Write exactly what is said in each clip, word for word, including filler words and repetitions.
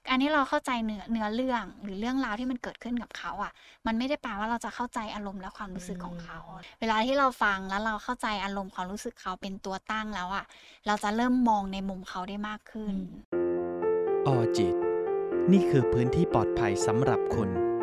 การที่เราเข้าใจเนื้อเนื้อเรื่องหรือเรื่องราวที่มันเกิดขึ้นกับเขาอะมันไม่ได้แปลว่าเราจะเข้าใจอารมณ์และความอืรู้สึกของเขามเวลาที่เราฟังแล้วเราเข้าใจอารมณ์ความรู้สึกเขาเป็นตัวตั้งแล้วอะเราจะเริ่มมองในมุมเขาได้มากขึ้นออจิตนี่คือพื้นที่ปลอดภัยสำหรับคุณ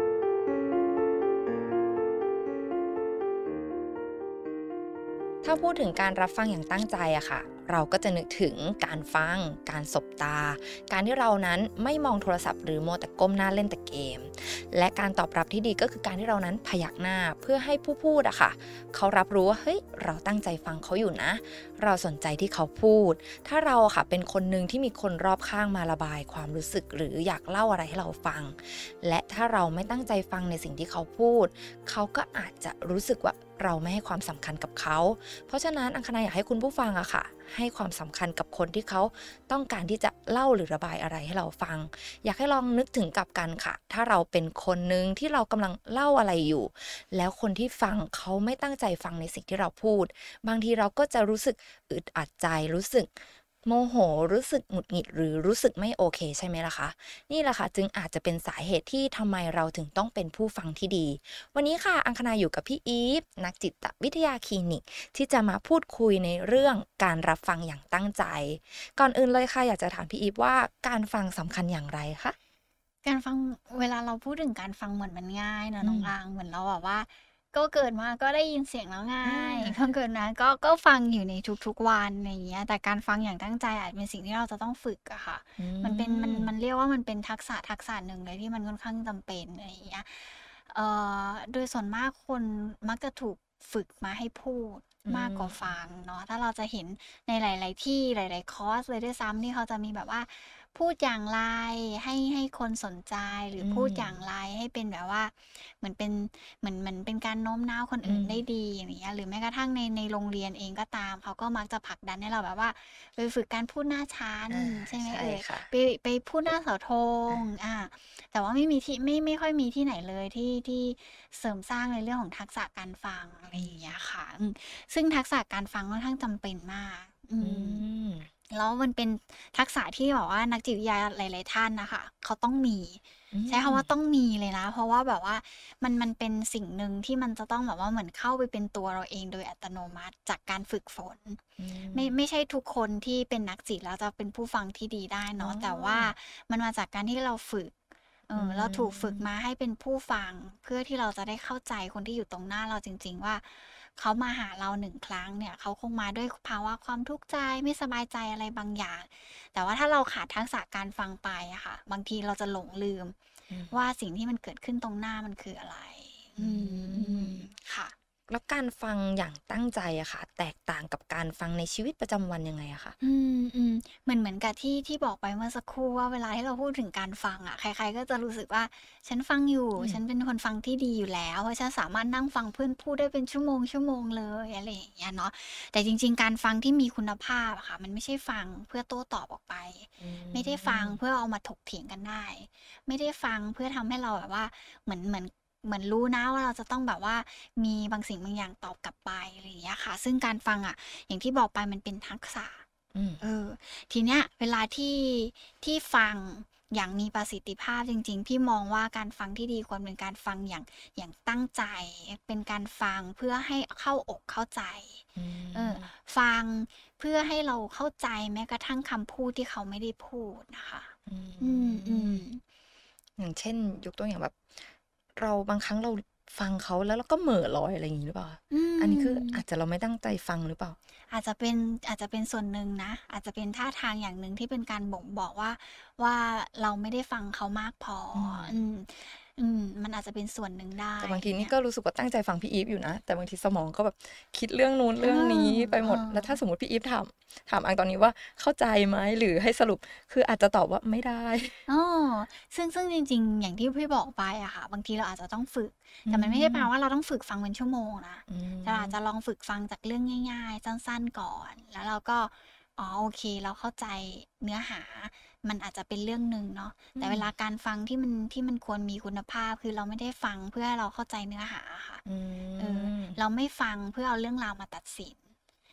ถ้าพูดถึงการรับฟังอย่างตั้งใจอะค่ะเราก็จะนึกถึงการฟังการสบตาการที่เรานั้นไม่มองโทรศัพท์หรือมัวแต่ก้มหน้าเล่นแต่เกมและการตอบรับที่ดีก็คือการที่เรานั้นพยักหน้าเพื่อให้ผู้พูดอะค่ะเขารับรู้ว่าเฮ้ยเราตั้งใจฟังเขาอยู่นะเราสนใจที่เขาพูดถ้าเราอะค่ะเป็นคนหนึ่งที่มีคนรอบข้างมาระบายความรู้สึกหรืออยากเล่าอะไรให้เราฟังและถ้าเราไม่ตั้งใจฟังในสิ่งที่เขาพูดเขาก็อาจจะรู้สึกว่าเราไม่ให้ความสำคัญกับเขาเพราะฉะนั้นอังคณาอยากให้คุณผู้ฟังอะค่ะให้ความสำคัญกับคนที่เขาต้องการที่จะเล่าหรือระบายอะไรให้เราฟังอยากให้ลองนึกถึงกลับกันค่ะถ้าเราเป็นคนนึงที่เรากำลังเล่าอะไรอยู่แล้วคนที่ฟังเขาไม่ตั้งใจฟังในสิ่งที่เราพูดบางทีเราก็จะรู้สึกอึดอัดใจรู้สึกโมโหรู้สึกหงุดหงิดหรือรู้สึกไม่โอเคใช่ไหมล่ะคะนี่แหละค่ะจึงอาจจะเป็นสาเหตุที่ทำไมเราถึงต้องเป็นผู้ฟังที่ดีวันนี้ค่ะอังคณาอยู่กับพี่อีฟนักจิตวิทยาคลินิกที่จะมาพูดคุยในเรื่องการรับฟังอย่างตั้งใจก่อนอื่นเลยค่ะอยากจะถามพี่อีฟว่าการฟังสำคัญอย่างไรคะการฟังเวลาเราพูดถึงการฟังเหมือนมันง่ายนะอืมน้องอางเหมือนเราแบบว่าก็เกิดมาก็ได้ยินเสียงแล้วไงอาก็เกิดมาก็ก็ฟังอยู่ในทุกๆวันอะไรอย่างเงี้ยแต่การฟังอย่างตั้งใจอาจเป็นสิ่งที่เราจะต้องฝึกอะค่ะอืมันเป็นมันมมันเรียกว่ามันเป็นทักษะทักษะหนึ่งเลยที่มันค่อนข้างจำเป็นอะไรอย่างเงี้ยเอ่อโดยส่วนมากคนมักจะถูกฝึกมาให้พูดอืมากกว่ามฟังเนาะถ้าเราจะเห็นในหลายๆที่หลายๆคอร์สเลยด้วยซ้ำที่เขาจะมีแบบว่า พูดอย่างไรให้ให้คนสนใจหรืออืพูดมอย่างไรให้เป็นแบบว่าเหมือนเป็นเหมือนเหมือนเป็นการโน้มน้าวคนอืมอื่นได้ดีอย่างเงี้ยหรือแม้กระทั่งในในโรงเรียนเองก็ตามเขาก็มักจะผลักดันให้เราแบบว่าไปฝึกการพูดหน้าชั้นอาใช่ไหมใช่เอ่ยค่ะไปไปพูดหน้าเสาธงอาแต่ว่าไม่มีที่ไม่ไม่ค่อยมีที่ไหนเลยที่ที่เสริมสร้างในเรื่องของทักษะการฟังอะไรอืมอย่างเงี้ยค่ะอืมซึ่งทักษะการฟังค่อนข้างจำเป็นมากอือืมมแล้วมันเป็นทักษะที่แบบว่านักจิตวิทยาหลายๆท่านน่ะค่ะเขาต้องมีอืใช้มคำว่าต้องมีเลยนะเพราะว่าแบบว่ามันมันเป็นสิ่งหนึ่งที่มันจะต้องแบบว่าเหมือนเข้าไปเป็นตัวเราเองโดยอัตโนมัติจากการฝึกฝนอืมไม่ไม่ใช่ทุกคนที่เป็นนักจิตแล้วจะเป็นผู้ฟังที่ดีได้อ๋อเนาะแต่ว่ามันมาจากการที่เราฝึกเออือเราถูกฝึกมามให้เป็นผู้ฟังเพื่อที่เราจะได้เข้าใจคนที่อยู่ตรงหน้าเราจริงๆว่า เขามาหาเราหนึ่งครั้งเนี่ยเขาคงมาด้วยภาวะความทุกข์ใจไม่สบายใจอะไรบางอย่างแต่ว่าถ้าเราขาดทักษะการฟังไปอะค่ะบางทีเราจะหลงลืมอืมว่าสิ่งที่มันเกิดขึ้นตรงหน้ามันคืออะไรอือืมอืมมค่ะแล้วการฟังอย่างตั้งใจอะค่ะแตกต่างกับการฟังในชีวิตประจำวันยังไงอะคะอืมอืมเหมือนเหมือนกับที่ที่บอกไปเมื่อสักครู่ว่าเวลาที่เราพูดถึงการฟังอะใครๆก็จะรู้สึกว่าฉันฟังอยู่อืมฉันเป็นคนฟังที่ดีอยู่แล้วเพราะฉันสามารถนั่งฟังเพื่อนพูดได้เป็นชั่วโมงๆเลยอะไรอย่างเงี้ยเนาะแต่จริงๆการฟังที่มีคุณภาพอะค่ะมันไม่ใช่ฟังเพื่อโต้ตอบออกไปอืไม่ได้ฟังเพื่อมเอามาถกเถียงกันได้ไม่ได้ฟังเพื่อทำให้เราแบบว่าเหมือนเหมือนเหมือนรู้นะว่าเราจะต้องแบบว่ามีบางสิ่งบางอย่างตอบกลับไปอะไรอย่างเงี้ยค่ะซึ่งการฟังอะอย่างที่บอกไปมันเป็นทักษะอืมเออทีเนี้ยเวลาที่ที่ฟังอย่างมีประสิทธิภาพจริงๆพี่มองว่าการฟังที่ดีควรเป็นการฟังอย่างอย่างตั้งใจเป็นการฟังเพื่อให้เข้าอกเข้าใจอืเออมฟังเพื่อให้เราเข้าใจแม้กระทั่งคำพูดที่เขาไม่ได้พูดนะคะอือืมอืมมอย่างเช่นยกตัวอย่างแบบเราบางครั้งเราฟังเขาแล้วเราก็เหม่อลอยอะไรอย่างงี้หรือเปล่าคะอือันนี้คืออาจจะมเราไม่ตั้งใจฟังหรือเปล่าอาจจะเป็นอาจจะเป็นส่วนหนึ่งนะอาจจะเป็นท่าทางอย่างหนึ่งที่เป็นการบ่งบอกว่าว่าเราไม่ได้ฟังเขามากพออืมอืมอืมมันอาจจะเป็นส่วนหนึ่งได้แต่บางทีนี่อย่างเงี้ยก็รู้สึกว่าตั้งใจฟังพี่อีฟอยู่นะแต่บางทีสมองก็แบบคิดเรื่องนู้นเอเรื่องนี้อไปเอหมดอแล้วถ้าสมมุติพี่อีฟถามถามอังตอนนี้ว่าเข้าใจไหมหรือให้สรุปคืออาจจะตอบว่าไม่ได้อ้อซึ่งซึ่งจริงๆอย่างที่พี่บอกไปอะค่ะบางทีเราอาจจะต้องฝึกอืแต่มันไม่ได้แปลว่ามเราต้องฝึกฟังเป็นชั่วโมงนะอืเราอาจมจะลองฝึกฟังจากเรื่องง่ายๆสั้นๆก่อนแล้วเราก็อ๋อโอเคเราเข้าใจเนื้อหามันอาจจะเป็นเรื่องหนึ่งเนาะอืมแต่เวลาการฟังที่มันที่มันควรมีคุณภาพคือเราไม่ได้ฟังเพื่อให้เราเข้าใจเนื้อหาอะค่ะอืเออมเราไม่ฟังเพื่อเอาเรื่องราวมาตัดสิน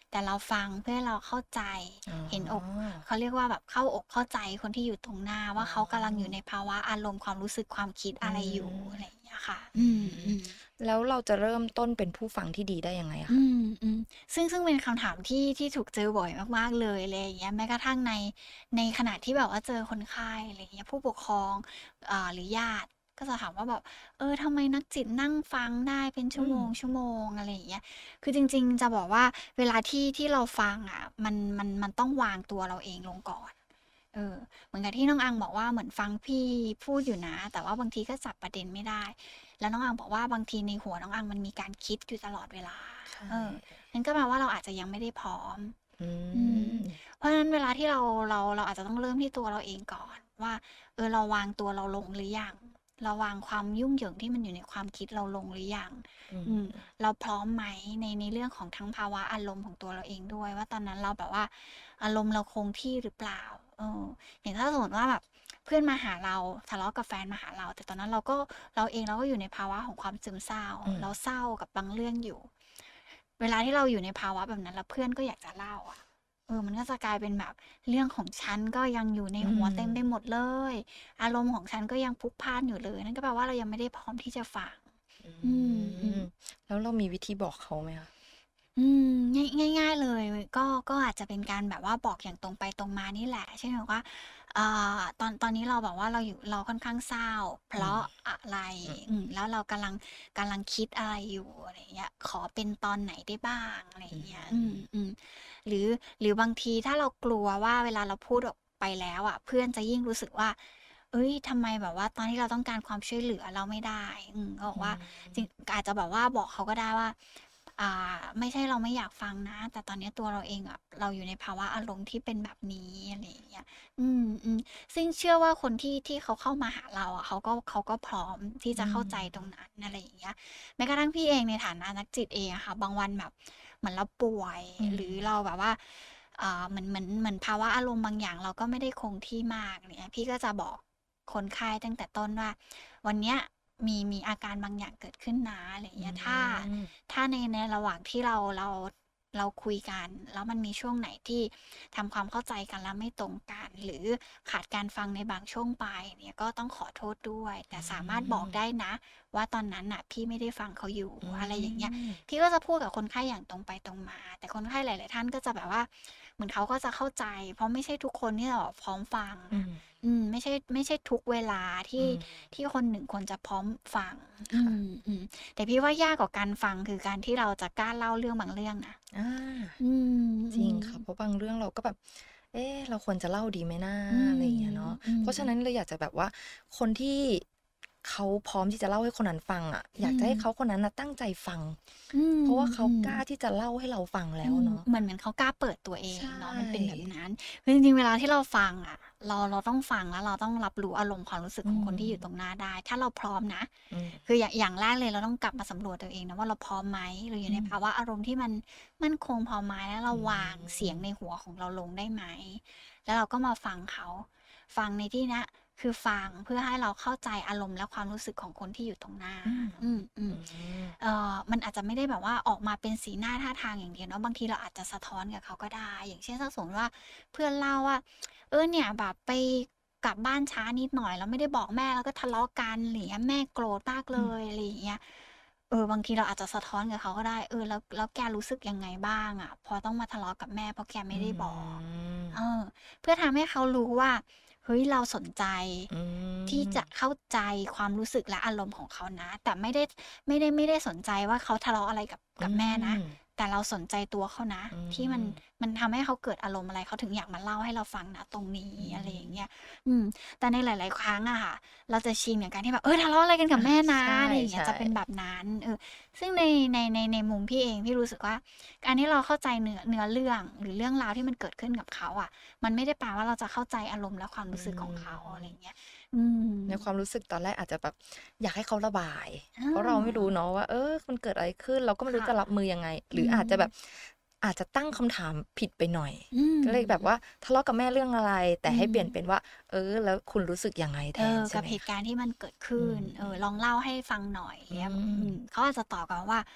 แต่เราฟังเพื่อให้เราเข้าใจอ๋อเห็นอก เขาเรียกว่าแบบเข้าอกเข้าใจคนที่อยู่ตรงหน้าอ๋ว่าเขากำลังอยู่อในภาวะอารมณ์ ความรู้สึก ความคิดอือะไรอยู่มอะไรอย่างเงี้ยค่ะอือืมม ๆแล้วเราจะเริ่มต้นเป็นผู้ฟังที่ดีได้ยังไงอะอคืะ? ม ๆ ซึ่ง ซึ่งเป็นคำถามที่ ที่ถูกเจอบ่อยมาก ๆ เลย อะไรอย่างเงี้ย แม้กระทั่งใน ในขณะที่แบบว่าเจอคนไข้ อะไรอย่างเงี้ย ผู้ปกครอง อ่า หรือญาติก็จะถามว่าแบบ "เออ ทำไมนักจิตนั่งฟังได้เป็นชอืั่วมโมง ๆ" อะไรอย่างเงี้ย คือจริง ๆ จะบอกว่าเวลาที่ ที่เราฟังอะ มัน มัน มันต้องวางตัวเราเองลงก่อน เออ เหมือนกับที่น้องอังบอกว่า เหมือนฟังพี่พูดอยู่นะ แต่ว่าบางทีก็จับประเด็นไม่ได้ แล้วน้องอังบอกว่า บางทีในหัวน้องอังมันมีการคิดอยู่ตลอดเวลาใช่เออ งั้นก็แปลว่าเราอาจจะยังไม่ได้พร้อมอือืมมเพราะฉะนั้นเวลาที่เรา เรา เราอาจจะต้องเริ่มที่ตัวเราเองก่อนว่า เออ เราวางตัวเราลงหรือยัง? เราวางความยุ่งเหยิงที่มันอยู่ในความคิดเราลงหรือยัง? อือืมมเราพร้อมไหม ใน ในเรื่องของทั้งภาวะอารมณ์ของตัวเราเองด้วย ว่าตอนนั้นเราแบบว่าอารมณ์เราคงที่หรือเปล่า? เออ อย่างถ้าสมมติว่าแบบเพื่อนมาหาเรา ทะเลาะกับแฟนมาหาเรา แต่ตอนนั้นเราก็ เราเองเราก็อยู่ในภาวะของความซึมเศร้าอืมเราเศร้ากับบางเรื่องอยู่ เวลาที่เราอยู่ในภาวะแบบนั้น แล้วเพื่อนก็อยากจะเล่าอะ เออ มันก็จะกลายเป็นแบบเรื่องของฉันก็ยังอยู่ในอืหัวเต็มไปมหมดเลย อารมณ์ของฉันก็ยังพลุกพล่านอยู่เลย นั่นก็แปลว่าเรายังไม่ได้พร้อมที่จะฟังอือืมมๆแล้วเรามีวิธีบอกเขาไหมคะ? อืม ง่าย ง่าย ๆ เลย ก็ ก็อาจจะเป็นการแบบว่าบอกอย่างตรงไปตรงมานี่แหละ เช่นแบบว่า อ่า ตอน ตอนนี้เราแบบว่าเราอยู่ เราค่อนข้างเศร้า เพรอืามะอะไร? อืมอืม แล้วเรากำลัง กำลังคิดอะไรอยู่? อะไรอย่างเงี้ย ขอเป็นตอนไหนได้บ้าง? อะไรออยื่างเงี้ย อืมม ๆ หรือ หรือบางทีถ้าเรากลัวว่าเวลาเราพูดออกไปแล้วอะ เพื่อนจะยิ่งรู้สึกว่า "เฮ้ย ทำไมแบบว่าตอนที่เราต้องการความช่วยเหลือเราไม่ได้?" อืม ก็บออกืว่า จริงมอาจจะแบบว่าบอกเขาก็ได้ว่า อ่า "ไม่ใช่เราไม่อยากฟังนะ แต่ตอนเนี้ยตัวเราเองอะ เราอยู่ในภาวะอารมณ์ที่เป็นแบบนี้" อะไรอย่างเงี้ย อืม ๆ ซึ่งเชื่อว่าคนที่ ที่เขาเข้ามาหาเราอะ เขาก็ เขาก็พร้อมที่อืจะเข้าใจตรงมนั้น อะไรอย่างเงี้ย แม้กระทั่งพี่เองในฐานะนักจิตเองอะค่ะ บางวันแบบเหมือนเราป่วยอืหรือมเราแบบว่า อ่า เหมือน เหมือน เหมือนภาวะอารมณ์บางอย่างเราก็ไม่ได้คงที่มาก อย่างเงี้ย พี่ก็จะบอกคนไข้ตั้งแต่ต้นว่า "วันเนี้ยมี มีอาการบางอย่างเกิดขึ้นนะ" อะไรอย่าอืงเงี้ย ถ้ามถ้าใน ในระหว่างที่เรา เรา เราคุยกัน แล้วมันมีช่วงไหนที่ทำความเข้าใจกันแล้วไม่ตรงกัน หรือขาดการฟังในบางช่วงไปเนี่ย ก็ต้องขอโทษด้วย แตอ่ืสามารถบอกไมด้นะว่า "ตอนนั้นน่ะพี่ไม่ได้ฟังเขาอยู่" อือะไรอย่างเงี้ยมพี่ก็จะพูดกับคนไข้อย่างตรงไปตรงมา แต่คนไข้หลาย ๆ ท่านก็จะแบบว่า เหมือนเขาก็จะเข้าใจ เพราะไม่ใช่ทุกคนที่จะแบบพร้อมฟังอือะมอืม ไม่ใช่ ไม่ใช่ทุกเวลาทอืี่มที่คนหนึ่งควรจะพร้อมฟัง อคื่ะม ๆ แต่พี่ว่ายากกว่าการฟัง คือการที่เราจะกล้าเล่าเรื่องบางเรื่องนะอาอืจริงมค่ะๆเพราะบางเรื่องเราก็แบบ "เอ๊ะ เราควรจะเล่าดีไหมนะ?" อือะไรอย่างเงี้ยเนาะมเพราะฉะนั้นๆเลยอยากจะแบบว่า คนที่เขาพร้อมที่จะเล่าให้คนนั้นฟังอะออืยากจะให้มเขาคนนั้นน่ะตั้งใจฟังอืเพราะว่าเขามกล้าๆที่จะเล่าให้เราฟังแลอ้ืมวเนาะเหมือน เหมือนเขากล้าเปิดตัวเอใชงเนาะ มันเป็นแบบ่นั้น คือจริง ๆ เวลาที่เราฟังอะ เรา เราต้องฟัง แล้วเราต้องรับรู้อารมณ์ความรู้สึกอืของคนที่อยู่ตรมงหน้าได้ ถ้าเราพร้อมนะอืมคืออย่าง อย่างแรกเลยเราต้องกลับมาสำรวจตัวเองนะว่า เราพร้อมไหม? เราอยูอ่ืในภมาวะอารมณ์ที่มันมั่นคงพอไหม? แล้วเรอาืวางเสียงในมหัวของเราลงได้ไหม? แล้วเราก็มาฟังเขา ฟังในที่เนี้ย คือฟังเพื่อให้เราเข้าใจอารมณ์และความรู้สึกของคนที่อยู่ตรงหน้าอืมอืมอืมๆ เอ่อ มันอาจจะไม่ได้แบบว่าออกมาเป็นสีหน้าท่าทางอย่างเดียวเนาะ บางทีเราอาจจะสะท้อนกับเขาก็ได้ อย่างเช่น ถ้าสมมติว่าเพื่อนเล่าว่า "เออ เนี่ยแบบไปกลับบ้านช้านิดหน่อย แล้วไม่ได้บอกแม่ แล้วก็ทะเลาะกัน ไรเงี้ย แม่โกรธมากอเืลย" มอะไรอย่างเงี้ย เออ บางทีเราอาจจะสะท้อนกับเขาก็ได้ "เออ แล้ว แล้วแกรู้สึกยังไงบ้างอะ? พอต้องมาทะเลาะกับแม่ เพราะแกไอม่ได้บอก" เอืมอ เพื่อทำให้เขารู้ว่า เฮ้ย เราสนใจอืที่จะมเข้าใจความรู้สึกและอารมณ์ของเขานะ แต่ไม่ได้ ไม่ได้ ไม่ได้สนใจว่าเขาทะเลาะอะไรกับอืกับแม่นะมแต่เราสนใจตัวเขานะอืที่มันมมันทำให้เขาเกิดอารมณ์อะไร เขาถึงอยากมาเล่าให้เราฟัง ณ ตรงนี้อือะไรอย่างเงีม้ย อืม แต่ในหลาย ๆ ครั้งอะค่ะ เราจะชินกับการที่แบบ "เออ ทะเลาะอะไรกันกัอบาแม่นใะ" อะไรอย่างเชงี้ย่จะเป็นแบๆบนั้น เออ ซึ่งใน ใน ใน ในมุมพี่เอง พี่รู้สึกว่า การที่เราเข้าใจเนื้อ เนื้อเรื่อง หรือเรื่องราวที่มันเกิดขึ้นกับเขาอะ มันไม่ได้แปลว่าเราจะเข้าใจอารมณ์และความอืรู้สึกของเขา อะไรมอย่างเงี้ย อืในความมรู้สึกตอนแรกอาจจะแบบอยากให้เขาระบายอเพราะเราไม่รู้าเนาะว่า เออ มันเกิดอะไรขึ้น เราก็ไม่ครู้่ะจะรับมือยังไง หอรืืออาจจะแบบมอาจจะตั้งคำถามผิดไปหน่อยอืก็เลยแบบวม่า "ทะเลาะกับแม่เรื่องอะไร?" แตอ่ืให้เปลี่ยนมเป็นว่า "เออ แล้วคุณรู้สึกยังไงแเทน?" ออใช่ไหมคกับเหตุะ? การณ์ที่มันเกิดขอืึ้น เออมลองเล่าให้ฟังหน่อยอืเงี้ย อืมมเขาอาจจะตอบกลับมาว่า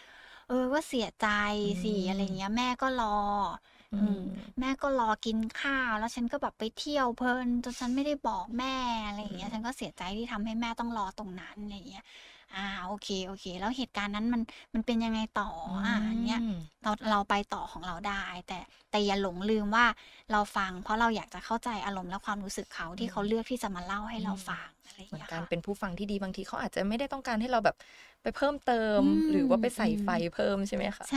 เออก็เสียใจอืสิอะไรมเงี้ย แม่ก็รออือืมมแม่ก็รอกินข้าว แล้วฉันก็แบบไปเที่ยวเพลินจนฉันไม่ได้บอกแม่ อะไรอือย่างเงี้ยมฉันก็เสียใจที่ทำให้แม่ต้องรอตรงนั้น อะไรอย่างเงี้ย อา โอเค ๆ แล้วเหตุการณ์นั้นมัน มันเป็นยังไงต่อ? อือา อันเนี้ยมเรา เราไปต่อของเราได้ แต่ แต่อย่าหลงลืมว่าเราฟัง เพราะเราอยากจะเข้าใจอารมณ์และความรู้สึกเขาอืที่เขามเลือกที่จะมาเล่าให้อืมเราฟัง อะไรอย่าเหงมืเองนี้ยกาคร่ะเป็นผู้ฟังที่ดี บางทีเขาอาจจะไม่ได้ต้องการให้เราแบบไปเพิ่มเติอมืหรือว่าไปใส่มไฟๆเพิ่ม ใช่ไหมคะ? ใช่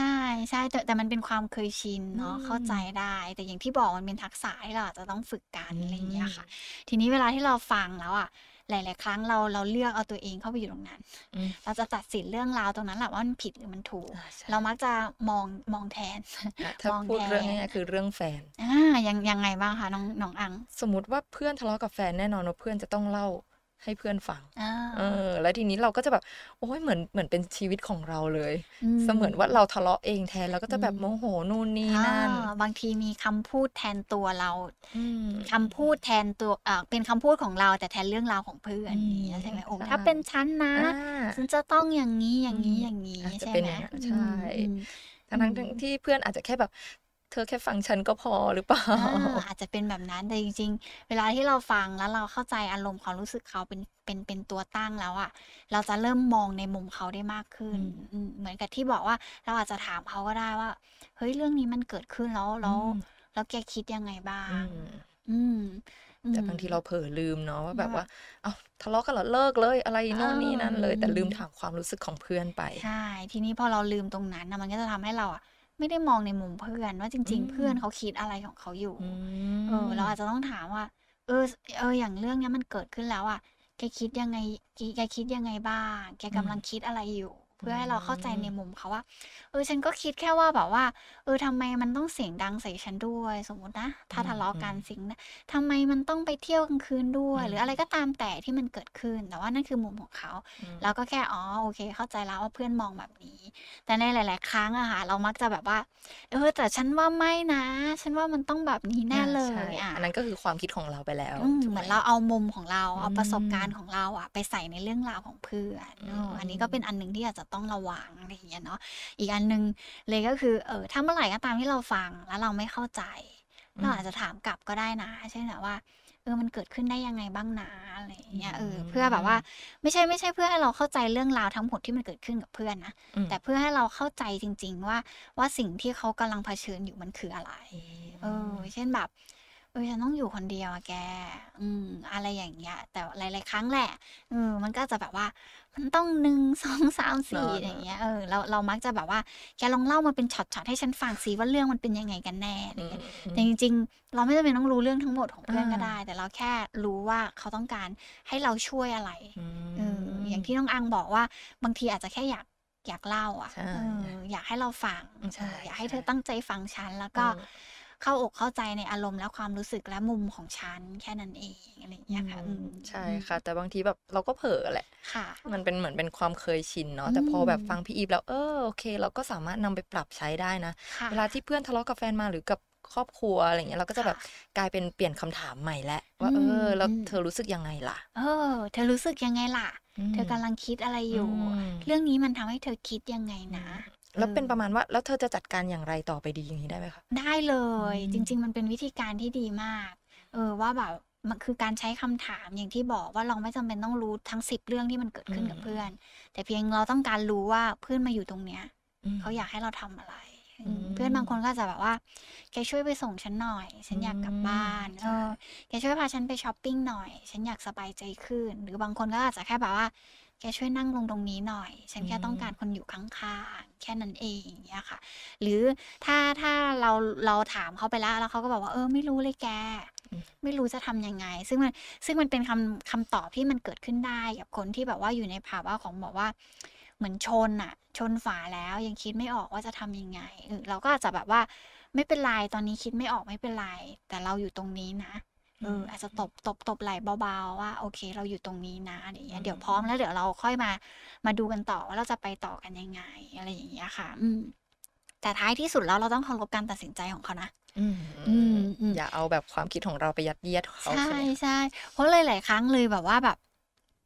ๆ แต่ แต่มันเป็นความเคยชินอืเนาะ เข้าใจมได้ แต่อย่างที่บอกมันเป็นทักษะที่เราอาจจะต้องฝึกกัอนือะไรอย่างเงี้ยค่ะมทีนี้เวลาที่เราฟังแล้วอะ หลาย ๆ ครั้งเรา เราเลือกเอาตัวเองเข้าไปอยู่ตรงนั้นอืมเราจะตัดสินเรื่องราวตรงนั้นแหละว่ามันผิดหรือมันถูกอา ใชเรา่มักจะมอง มองแทนอา ถ้ามองพูแดทเรื่องนง่าย ๆ คือเรื่องแฟนอา ยัง ยังไงบ้างคะน้อง น้องอัง? สมมุติว่าเพื่อนทะเลาะกับแฟน แน่นอนว่าเพื่อนจะต้องเล่าให้เพื่อนฟังอเอาอ แล้วทีนี้เราก็จะแบบ โอ๊ย เหมือน เหมือนเป็นชีวิตของเราเลยอืเสมือนว่าเมราทะเลาะเองแทน เราก็อืมจะแบบโมโหนู่นนี่อานั่นบางทีมีคำพูดแทนตัวเราอืมคำพูดแทนตัว อ่า เป็นคำพูดของเรา แต่แทนเรื่องราวของเพื่ออืน อย่างมงี้ใช่ไหม? โอ้ใช่ถ้าเป็นฉันนะอาฉันจะต้องอย่างงี้ ออยื่างมงี้อาจๆจใะช่เป็ไนหม? อย่างงั้นอืใช่ม ๆ อืทั้งมๆ ที่เพื่อนอาจจะแค่แบบ เธอแค่ฟังฉันก็พอหรือ เปล่า? อา อาจจะเป็นแบบนั้น แต่จริง ๆ เวลาที่เราฟังแล้วเราเข้าใจอารมณ์ความรู้สึกเขาเป็น เป็น เป็นตัวตั้งแล้วอะ เราจะเริ่มมองในมุมเขาได้มากขึ้อืนมอืม เหมือนกับที่บอกว่า เราอาจจะถามเขาก็ได้ว่า "เฮ้ย เรื่องนี้มันเกิดขึ้นแล้วอแืล้วมแล้วแกคิดยังไงบ้าอืง?" มอืม อืแต่มบางทีเราเผลอลืมเนาะว่าวแบ่าบแวบ่าบ "อ้าว ทะเลาะกันเหรอ? เลิกเลย" อะไรเอโน่นนี่นั่นเลย แต่ลืมอถามความรู้สึกของเพื่อนไปใช่ ทีนี้พอเราลืมตรงนั้นน่ะ มันก็จะทำให้เราอะไม่ได้มองในมุมเพื่อนว่าจอืริง ๆ เพื่อนมเขาคิดอะไรของเขาอยู่อืเออ เราอาจมจะต้องถามว่า "เออ ส เออ อย่างเรื่องเนี้ยมันเกิดขึ้นแล้วอะ แกคิดยังไง กี แกคิดยังไงบ้าง? แกอืมกำลังคิดอะไรอยู่?" เอพืื่อให้เราเข้าใจในมมุมเขาว่า "เออ ฉันก็คิดแค่ว่าแบบว่า เออ ทำไมมันต้องเสียงดังใส่ฉันด้วย" สมมุตินะอถื้าทะเลาะกันม "เสียงดัง ทำไมมันต้องไปเที่ยวกลางคืนด้วอืย?" หรืออะไรมก็ตามแต่ที่มันเกิดขึ้น แต่ว่านั่นคือมุมของเขาอืมเราก็แค่ "อ๋อ โอเค เข้าใจแล้วว่าเพื่อนมองแบบนี้" แต่ในหลาย ๆ ครั้งอะค่ะ เรามักจะแบบว่า "เออ แต่ฉันว่าไม่นะ ฉันว่ามันต้องแบบนี้แอน่าเลใช่ย" อาอันนั้นก็คือความคิดของเราไปแล้วอืมถูเกหมไืหม? อนเราเอามุมของเราอืเอาประสบการณ์มของเราอะไปใส่ในเรื่องราวของเพื่อนอืเออ อันนี้ก็เป็มนอันหนึ่งที่อาจจะต้องระวัง อะไรอย่างเงี้ยเนาะ อีกอันหนึ่งเลยก็คือ เอ่อ ถ้าเมื่อไหร่ก็ตามที่เราฟังแล้วเราไม่เข้าใจอืเราอาจมจะถามกลับก็ได้นะ เช่นแบบว่า "เออ มันเกิดขึ้นได้ยังไงบ้างนะ?" อะไรอย่าองืเงี้ย เออ เพื่อแบบว่ามไม่ใช่ ไม่ใช่เพื่อให้เราเข้าใจเรื่องราวทั้งหมดที่มันเกิดขึ้นกับเพื่อนนะอืมแต่เพื่อให้เราเข้าใจจริง ๆ ว่า ว่าสิ่งที่เขากำลังเผชิญอยู่มันคืออะไรอืเออมเช่นแบบ "เออ ฉันต้องอยู่คนเดียวอะแก" อืม อะไรอย่างเงี้ย แต่หลาย ๆ ครั้งแหละ เออ มันก็จะแบบว่า "มันต้อง หนึ่งสองสามสเนีา่" อะไรอย่างเงี้ะย เออ เรา เรามักจะแบบว่า "แกลองเล่ามาเป็นช็อต ๆ ให้ฉันฟังซิว่าเรื่องมันเป็นยังไงกันแน่" อะไรอือย่างเงี้ย แต่มจริง ๆ เราไม่จำเป็นต้องรู้เรื่องทั้งหมดของอเพื่อนก็ได้าแต่เราแค่รู้ว่าเขาต้องการให้เราช่วยอะไรอืเออ อย่างทมี่น้องอังบอกว่า บางทีอาจจะแค่อยาก อยากเล่าอะใช่เออ อยากให้เราฟังอืม ใเอชอ อยากให้เธ่อๆตั้งใจฟังฉัน แล้วเก็ออเข้าอกเข้าใจในอารมณ์และความรู้สึกและมุมของฉัน แค่นั้นเอง อะไรอย่างอเืงี้ยค่ะมอืมใช่อืค่ะมแต่บางทีแบบเราก็เผลอแหละค่ะมันเป็นเหมือนเป็นความเคยชินเนาอืะ แต่พอแบบฟังมพี่อีฟแล้ว เออ โอเค เราก็สามารถนำไปปรับใช้ได้นะค่เวลาที่ะเพื่อนทะเลาะกับแฟนมา หรือกับครอบครัว อะไรอย่างเงี้ย เราก็คจะ่แบบะกลายเป็นเปลี่ยนคำถามใหม่แล้วอวื่า "เอมอ แล้อืวเธมอรู้สึกยังไงล่ะ?" เออ "เธอรู้สึกยังไงล่ะ? อืเธอกำมลังคิดอะไรอือยู่มเรื่องนี้มันทำให้เธอคิดยังไงอืนะ?" มเแอล้วเป็นประมาอณว่า "แล้วเธอจะจัดการอย่างไรต่อไปดี?" อย่างงี้ได้ไหมคะ? ได้เลอืย จริงมๆ มันเป็นวิธีการที่ดีมาก เออ ว่าแบบ มันคือการใช้คำถามอย่างที่บอกว่า เราไม่จำเป็นต้องรู้ทั้ง สิบ เรื่องที่มันเกิดอืขึ้นกับเพื่อนมแต่เพียงเราต้องการรู้ว่าเพื่อนมาอยู่ตรงเนี้ยอืมเขาอยากให้เราทำอะไร ออืืม เพื่อนบางคนมก็อาจจะแบบว่า "แกช่วยไปส่งฉันหน่อย ฉอัืนอยากกลับมบ้าน" ใเอช่อ "แกช่วยพาฉันไปชอปปิงหน่อย ฉันอยากสบายใจขึ้น" หรือบางคนก็อาจจะแค่แบบว่า "แกช่วยนั่งลงตรงนี้หน่อย ฉัอนืแค่ต้องการมคนอยู่ข้าง ๆ" แค่นั้นเอง อย่างเงี้ยค่ะ หรือถ้า ถ้าเรา เราถามเขาไปแล้ว แล้วเขาก็บอกว่า "เออ ไม่รู้เลยแกอืมไม่รู้จะทำยังไง" ซึ่งมัน ซึ่งมันเป็นคำ คำตอบที่มันเกิดขึ้นได้กับคนที่แบบว่าอยู่ในภาวะของแบบว่า เหมือนชนน่ะ ชนฝาแล้วยังคิดไม่ออกว่าจะทำยังไง เออ เราก็อาจจะแบบว่า "ไม่เป็นไร ตอนนี้คิดไม่ออกไม่เป็นไร แต่เราอยู่ตรงนี้นะ" อเอือ อาจจะตมบ ตบ ตบไหล่เบา ๆ ว่า "โอเค เราอยู่ตรงนี้นะ" อะไรอย่างอเืงี้ย "เดี๋ยวพร้อมแล้วมเดี๋ยวเราค่อยมา มาดูกันต่อว่าเราจะไปต่อกันยังไง" อะไรอย่างเงี้ยค่ะ อืม แต่ท้ายที่สุดแล้วเราต้องเคารพการตัดสินใจของเขานะอืมอืมอย่าๆเอาแบบความคิดของเราไปยัดเยียดเขใาใช่ไหมคะ? ช่ ๆ เพราะหลาย ๆ ครั้งเลยแบบว่าแบบ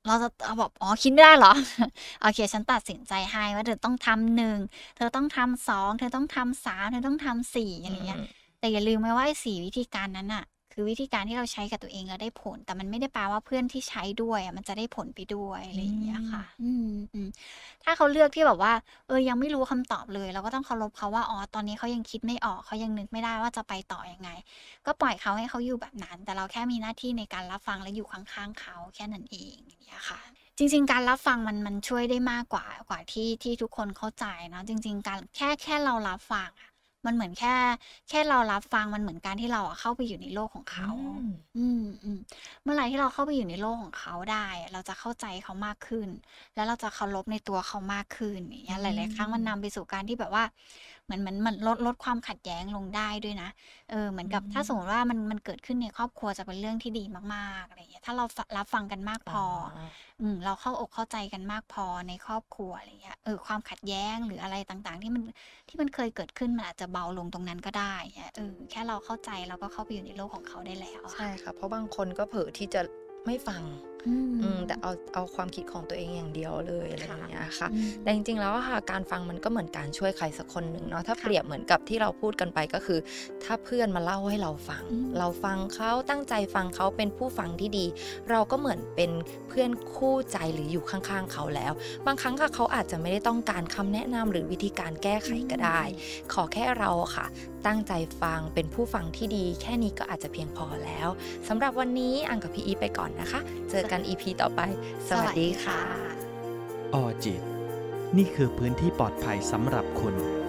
เราจะเอาบอกอ๋อคิดไม่ได้เหรอ โอเคฉันตัดสินใจให้ว่าเธอต้องทำหนึ่งเธอต้องทำสองเธอต้องทำสามเธอต้องทำสี่อะไรเงี้ย แต่อย่าลืมไว้ว่าไอ้สี่วิธีการนั้นน่ะ คือวิธีการที่เราใช้กับตัวเองแล้วได้ผล แต่มันไม่ได้แปลว่าเพื่อนที่ใช้ด้วยอะมันจะได้ผลไปด้วยอะไรอย่างเงี้ยค่ะ อืมอืมถ้าเขาเลือกที่แบบว่า เออยังไม่รู้คำตอบเลย เราก็ต้องเคารพเขาว่าอ๋อตอนนี้เขายังคิดไม่ออกเขายังนึกไม่ได้ว่าจะไปต่อยังไง ก็ปล่อยเขาให้เขาอยู่แบบนั้น แต่เราแค่มีหน้าที่ในการรับฟังและอยู่ข้างๆเขาแค่นั้นเองอย่างเงี้ยค่ะ จริงๆ การรับฟังมันมันช่วยได้มากกว่ากว่าที่ที่ทุกคนเข้าใจเนาะจริงๆการแค่แค่เรารับฟังอะมันเหมือนแค่แค่เรารับฟังมันเหมือนการที่เราอะเข้าไปอยู่ในโลกของเขา อืมอืมเมื่อไหรที่เราเข้าไปอยู่ในโลกของเขาได้อะเราจะเข้าใจเขามากขึ้น แล้วเราจะเคารพในตัวเขามากขึ้นอย่างเงี้ยหลายๆครั้งมันนำไปสู่การที่แบบว่าเหมือนเหมือนเหมือนลดลดความขัดแย้งลงได้ด้วยนะเออเหมือนกับถ้าสมมติว่ามันมันเกิดขึ้นในครอบครัวจะเป็นเรื่องที่ดีมากๆอะไรอย่างเงี้ยถ้าเราฟรับฟังกันมากพอ อืมเราเข้าอกเข้าใจกันมากพอในครอบครัวอะไรเงี้ยเออความขัดแย้งหรืออะไรต่างๆ ที่มันที่มันเคยเกิดขึ้นมันอาจจะเบาลงตรงนั้นก็ได้เงี้ยเออแค่เราเข้าใจเราก็เข้าไปอยู่ในโลกของเขาได้แล้วอะใช่ค่ะค่ะเพราะบางคนก็เผลอที่จะไม่ฟังอือืมมแต่เอาเอาความคิดของตัวเองอย่างเดียวเลยอะไรอค่ะย่างเงี้ยค่ะอืมแต่จริงๆแล้วอะค่ะการฟังมันก็เหมือนการช่วยใครสักคนหนึ่งเนาะถ้าเปค่ะรียบเหมือนกับที่เราพูดกันไปก็คือ ถ้าเพื่อนมาเล่าให้เราฟังอืมเราฟังเขาตั้งใจฟังเขาเป็นผู้ฟังที่ดี เราก็เหมือนเป็นเพื่อนคู่ใจหรืออยู่ข้างๆเขาแล้ว บางครั้งค่ะเขาอาจจะไม่ได้ต้องการคำแนะนำหรือวิธีการแก้ไขก็ได้ ขอแค่เราอะค่ะ ตั้งใจฟังเป็นผู้ฟังที่ดี แค่นี้ก็อาจจะเพียงพอแล้วสำหรับวันนี้อังกับพี่อีฟไปก่อนนะคะ เจอกัน อี พี ต่อไป สวัสดีค่ะออจิต นี่คือพื้นที่ปลอดภัยสำหรับคุณ